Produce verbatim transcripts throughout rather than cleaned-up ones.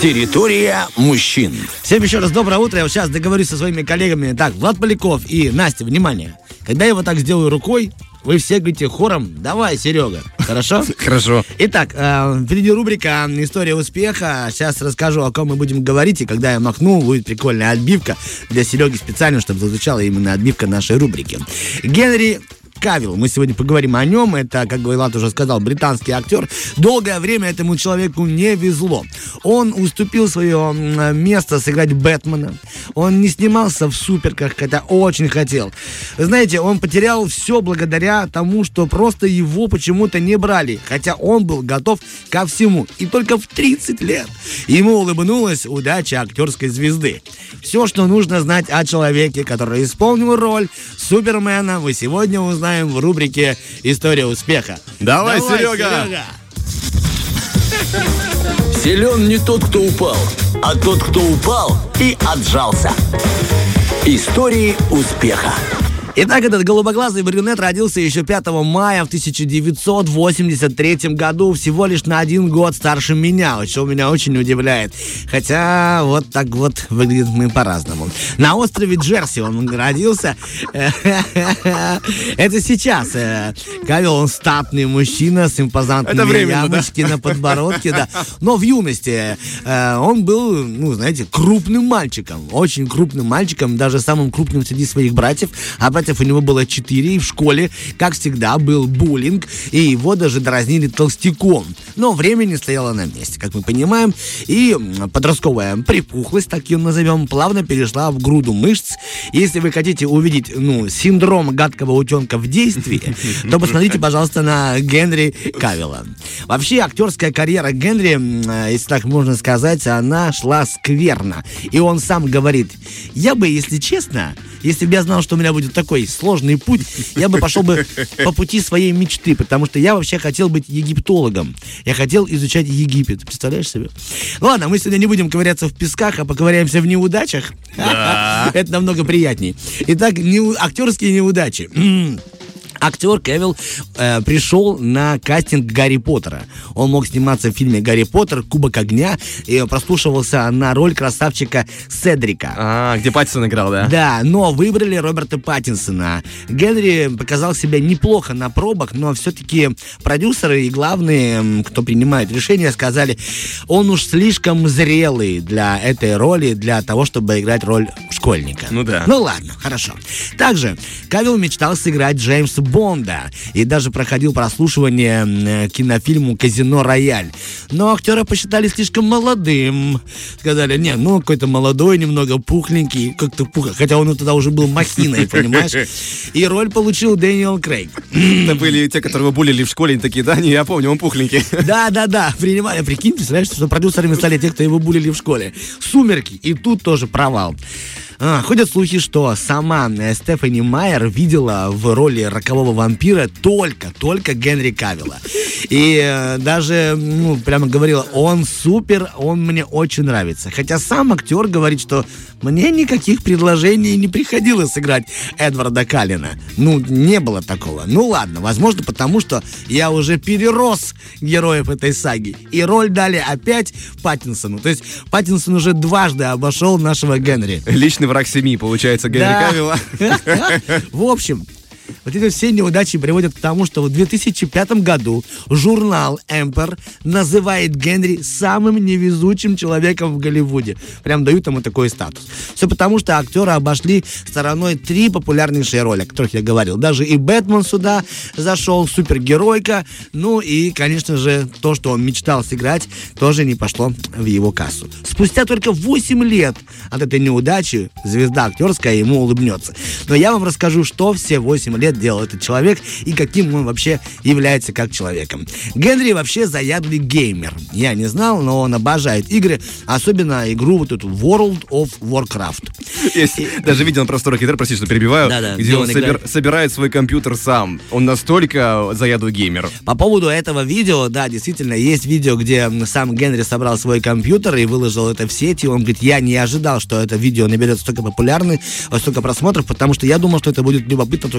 Территория мужчин. Всем еще раз доброе утро. Я вот сейчас договорюсь со своими коллегами. Так, Влад Поляков и Настя, внимание. Когда я вот так сделаю рукой, вы все говорите хором: давай, Серега. Хорошо? Хорошо. Итак, э, впереди рубрика «История успеха». Сейчас расскажу, о ком мы будем говорить. И когда я махну, будет прикольная отбивка для Сереги специально, чтобы зазвучала именно отбивка нашей рубрики. Генри Кавилл. Мы сегодня поговорим о нем. Это, как Влад уже сказал, британский актер. Долгое время этому человеку не везло. Он уступил свое место сыграть Бэтмена. Он не снимался в «Суперках», хотя очень хотел. Вы знаете, он потерял все благодаря тому, что просто его почему-то не брали. Хотя он был готов ко всему. И только в тридцать лет ему улыбнулась удача актерской звезды. Все, что нужно знать о человеке, который исполнил роль Супермена, вы сегодня узнаете в рубрике «История успеха». Давай, Давай, Серега! Серега! Силен не тот, кто упал, а тот, кто упал и отжался. Истории успеха. Итак, этот голубоглазый брюнет родился еще пятого мая в тысяча девятьсот восемьдесят третьем году, всего лишь на один год старше меня, что меня очень удивляет. Хотя вот так вот выглядит мы по-разному. На острове Джерси он родился. Это сейчас. Кавилл, он статный мужчина с импозантными ямочки на подбородке, да. Но в юности он был, ну, знаете, крупным мальчиком. Очень крупным мальчиком, даже самым крупным среди своих братьев. А у него было четыре, и в школе, как всегда, был буллинг, и его даже дразнили толстяком. Но время не стояло на месте, как мы понимаем, и подростковая припухлость, так ее назовем, плавно перешла в груду мышц. Если вы хотите увидеть, ну, синдром гадкого утенка в действии, то посмотрите, пожалуйста, на Генри Кавилла. Вообще, актерская карьера Генри, если так можно сказать, она шла скверно. И он сам говорит: я бы, если честно, если бы я знал, что у меня будет такой сложный путь, я бы пошел бы по пути своей мечты, потому что я вообще хотел быть египтологом. Я хотел изучать Египет. Представляешь себе? Ладно, мы сегодня не будем ковыряться в песках, а поковыряемся в неудачах. Да. Это намного приятней. Итак, неу... актерские неудачи. Актер Кавилл э, пришел на кастинг Гарри Поттера. Он мог сниматься в фильме «Гарри Поттер. Кубок огня» и прослушивался на роль красавчика Седрика. А, где Паттинсон играл, да? Да, но выбрали Роберта Паттинсона. Генри показал себя неплохо на пробах, но все-таки продюсеры и главные, кто принимает решения, сказали: он уж слишком зрелый для этой роли, для того, чтобы играть роль школьника. Ну да. Ну ладно, хорошо. Также Кавилл мечтал сыграть Джеймса Бонда и даже проходил прослушивание кинофильму «Казино Рояль». Но актера посчитали слишком молодым. Сказали: не, ну какой-то молодой, немного пухленький, как-то пух... хотя он тогда уже был махиной, понимаешь? И роль получил Дэниел Крейг. Это были те, которого булили в школе, они такие: да, не, я помню, он пухленький. Да-да-да, принимали, прикинь, представляешь, что продюсерами стали те, кто его булили в школе. «Сумерки», и тут тоже провал. А, ходят слухи, что сама Стефани Майер видела в роли рокового вампира только, только Генри Кавилла. И э, даже, ну, прямо говорила: он супер, он мне очень нравится. Хотя сам актер говорит, что мне никаких предложений не приходилось сыграть Эдварда Каллена. Ну, не было такого. Ну, ладно, возможно, потому что я уже перерос героев этой саги. И роль дали опять Паттинсону. То есть Паттинсон уже дважды обошел нашего Генри. Личный враг семьи, получается, Генри Да. Кавилла. В общем, вот эти все неудачи приводят к тому, что в две тысячи пятом году журнал Empire называет Генри самым невезучим человеком в Голливуде. Прям дают ему такой статус. Все потому, что актеры обошли стороной три популярнейшие роли, о которых я говорил. Даже и Бэтмен сюда зашел, супергеройка. Ну и, конечно же, то, что он мечтал сыграть, тоже не пошло в его кассу. Спустя только восемь лет от этой неудачи звезда актерская ему улыбнется. Но я вам расскажу, что все восемь лет делал этот человек и каким он вообще является как человеком. Генри вообще заядлый геймер. Я не знал, но он обожает игры, особенно игру вот эту World of Warcraft. Есть, и, даже видел на просторах интернета, простите, что перебиваю, да, да, где, где он, он собир, собирает свой компьютер сам. Он настолько заядлый геймер. По поводу этого видео, да, действительно, есть видео, где сам Генри собрал свой компьютер и выложил это в сеть, и он говорит: я не ожидал, что это видео наберет столько популярности, столько просмотров, потому что я думал, что это будет любопытно только тем, кто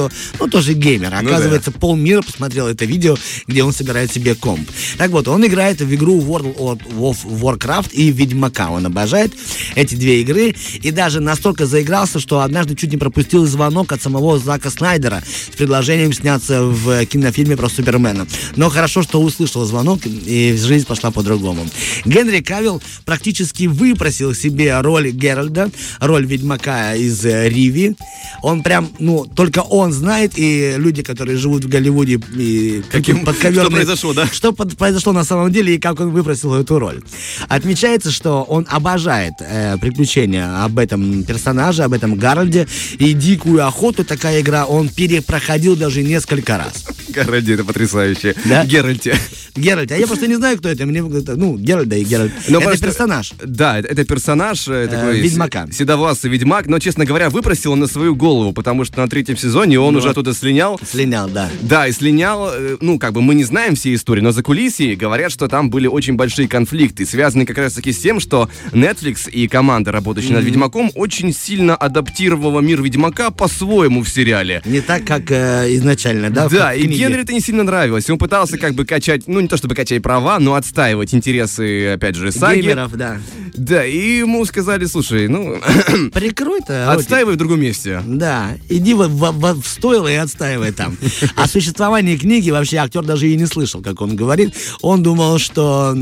что, ну, тоже геймер. Ну, Оказывается, да. полмира посмотрел это видео, где он собирает себе комп. Так вот, он играет в игру World of Warcraft и Ведьмака. Он обожает эти две игры и даже настолько заигрался, что однажды чуть не пропустил звонок от самого Зака Снайдера с предложением сняться в кинофильме про Супермена. Но хорошо, что услышал звонок, и жизнь пошла по-другому. Генри Кавилл практически выпросил себе роль Геральда, роль Ведьмака из Риви. Он прям, ну, только он знает, и люди, которые живут в Голливуде, и Каким, подковерные, что произошло, да? Что под, произошло на самом деле, и как он выпросил эту роль. Отмечается, что он обожает э, приключения об этом персонаже, об этом Гарольде, и «Дикую охоту», такая игра, он перепроходил даже несколько раз. Гарольде, это потрясающе. Да? Геральте. Геральт, а я просто не знаю, кто это. Мне, ну, Геральт, да и Геральт. Но это просто, персонаж. Да, это персонаж э, такой Ведьмака. Седовласый ведьмак, но, честно говоря, выпросил он на свою голову, потому что на третьем сезоне он ну, уже оттуда слинял. Слинял, да. Да, и слинял, э, ну, как бы мы не знаем все истории, но за кулисье говорят, что там были очень большие конфликты, связанные как раз-таки с тем, что Netflix и команда, работающая mm-hmm. над Ведьмаком, очень сильно адаптировала мир Ведьмака по-своему в сериале. Не так, как э, изначально, да? Да, и Генри это не сильно нравилось. Он пытался как бы качать, ну, не то чтобы качать права, но отстаивать интересы, опять же, саги. Геймеров, да. Да, и ему сказали, слушай, ну... Прикрой-то. Отстаивай в другом месте. Да, иди в, в, в, в стойло и отстаивай там. О существовании книги вообще актер даже и не слышал, как он говорит. Он думал, что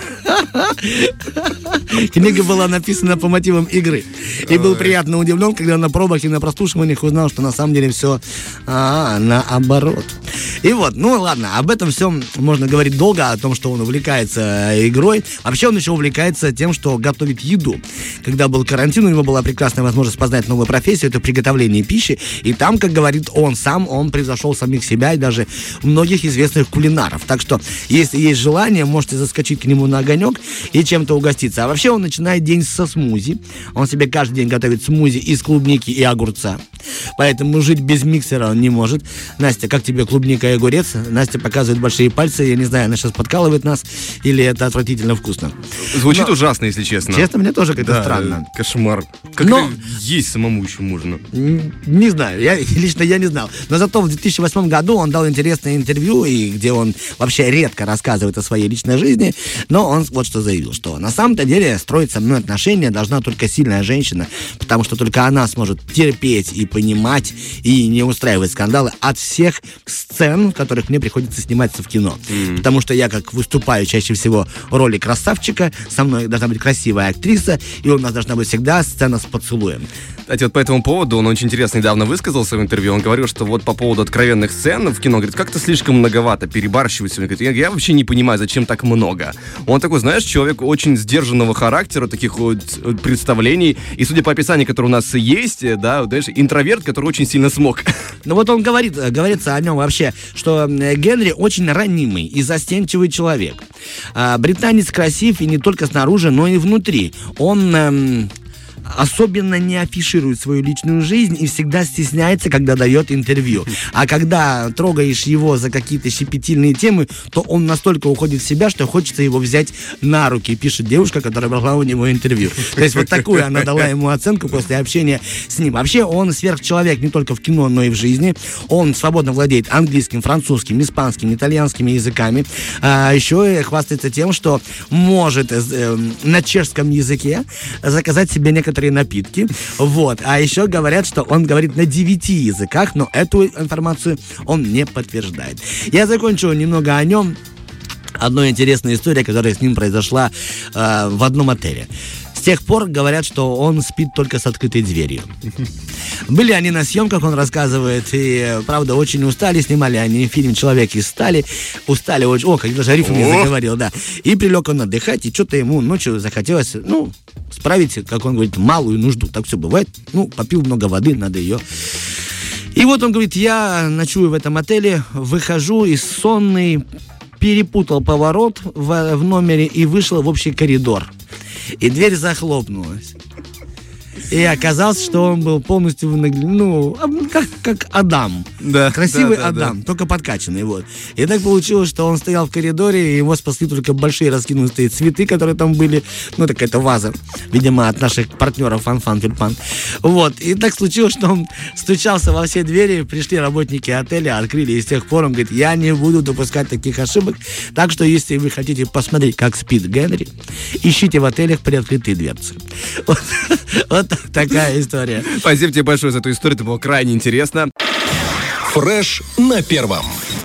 книга была написана по мотивам игры. И был приятно удивлен, когда на пробах и на прослушиваниях узнал, что на самом деле все а, наоборот. И вот, ну ладно, об этом всем можно говорить долго, о том, что он увлекается игрой. Вообще он еще увлекается тем, что готовит еду. Когда был карантин, у него была прекрасная возможность познать новую профессию, это приготовление пищи. И там, как говорит он сам, он превзошел самих себя и даже многих известных кулинаров. Так что, если есть желание, можете заскочить к нему на огонек и чем-то угоститься. А вообще он начинает день со смузи. Он себе каждый день готовит смузи из клубники и огурца. Поэтому жить без миксера он не может. Настя, как тебе клубника и огурец? Настя показывает большие пальцы. Я не знаю, она сейчас подкалывает нас или это отвратительно вкусно. Звучит Но, ужасно, если честно. Честно, мне тоже как-то да, странно. Кошмар. Как Но... это есть самому еще можно? Не, не знаю, я, лично я не знал. Но зато в две тысячи восьмом году он дал интересное интервью, и где он вообще редко рассказывает о своей личной жизни. Но он вот что заявил, что на самом-то деле строить со мной отношения должна только сильная женщина, потому что только она сможет терпеть и понимать, и не устраивать скандалы от всех сцен, в которых мне приходится сниматься в кино. Mm-hmm. Потому что я, как выступаю чаще всего в роли красавчика, со мной должна быть красивая актриса, и у нас должна быть всегда сцена с поцелуем. Кстати, вот по этому поводу он очень интересно недавно высказался в интервью. Он говорил, что вот по поводу откровенных сцен в кино, говорит, как-то слишком многовато, перебарщивается. Он говорит, я, я вообще не понимаю, зачем так много. Он такой, знаешь, человек очень сдержанного характера, таких вот представлений. И судя по описанию, которое у нас есть, да, знаешь, интроверт, который очень сильно смог. Ну вот он говорит, говорится о нем вообще, что Генри очень ранимый и застенчивый человек. Британец красив и не только снаружи, но и внутри. Он... Эм... особенно не афиширует свою личную жизнь и всегда стесняется, когда дает интервью. А когда трогаешь его за какие-то щепетильные темы, то он настолько уходит в себя, что хочется его взять на руки, пишет девушка, которая брала у него интервью. То есть вот такую она дала ему оценку после общения с ним. Вообще он сверхчеловек не только в кино, но и в жизни. Он свободно владеет английским, французским, испанским, итальянскими языками. А еще хвастается тем, что может э, на чешском языке заказать себе некоторые напитки. Вот. А еще говорят, что он говорит на девяти языках, но эту информацию он не подтверждает. Я закончу немного о нем. Одна интересная история, которая с ним произошла э, в одном отеле. С тех пор говорят, что он спит только с открытой дверью. Были они на съемках, он рассказывает, и, правда, очень устали. Снимали они фильм «Человек из стали». Устали очень. О, как даже рифм не заговорил, да. И прилег он отдыхать, и что-то ему ночью захотелось, ну, справить, как он говорит, малую нужду. Так все бывает. Ну, попил много воды, надо ее... И вот он говорит, я ночую в этом отеле, выхожу из сонный, перепутал поворот в, в номере и вышел в общий коридор. И дверь захлопнулась. И оказалось, что он был полностью, ну, как, как Адам. Да, Красивый да, да, Адам, да. только подкачанный. Вот. И так получилось, что он стоял в коридоре, и его спасли только большие раскинутые цветы, которые там были. Ну, так это ваза, видимо, от наших партнеров Фан-Фан Тюльпан. Вот. И так случилось, что он стучался во все двери, пришли работники отеля, открыли, и с тех пор он говорит, я не буду допускать таких ошибок. Так что, если вы хотите посмотреть, как спит Генри, ищите в отелях приоткрытые дверцы. Вот, вот такая история. Спасибо тебе большое за эту историю, это было крайне интересно. Фреш на первом.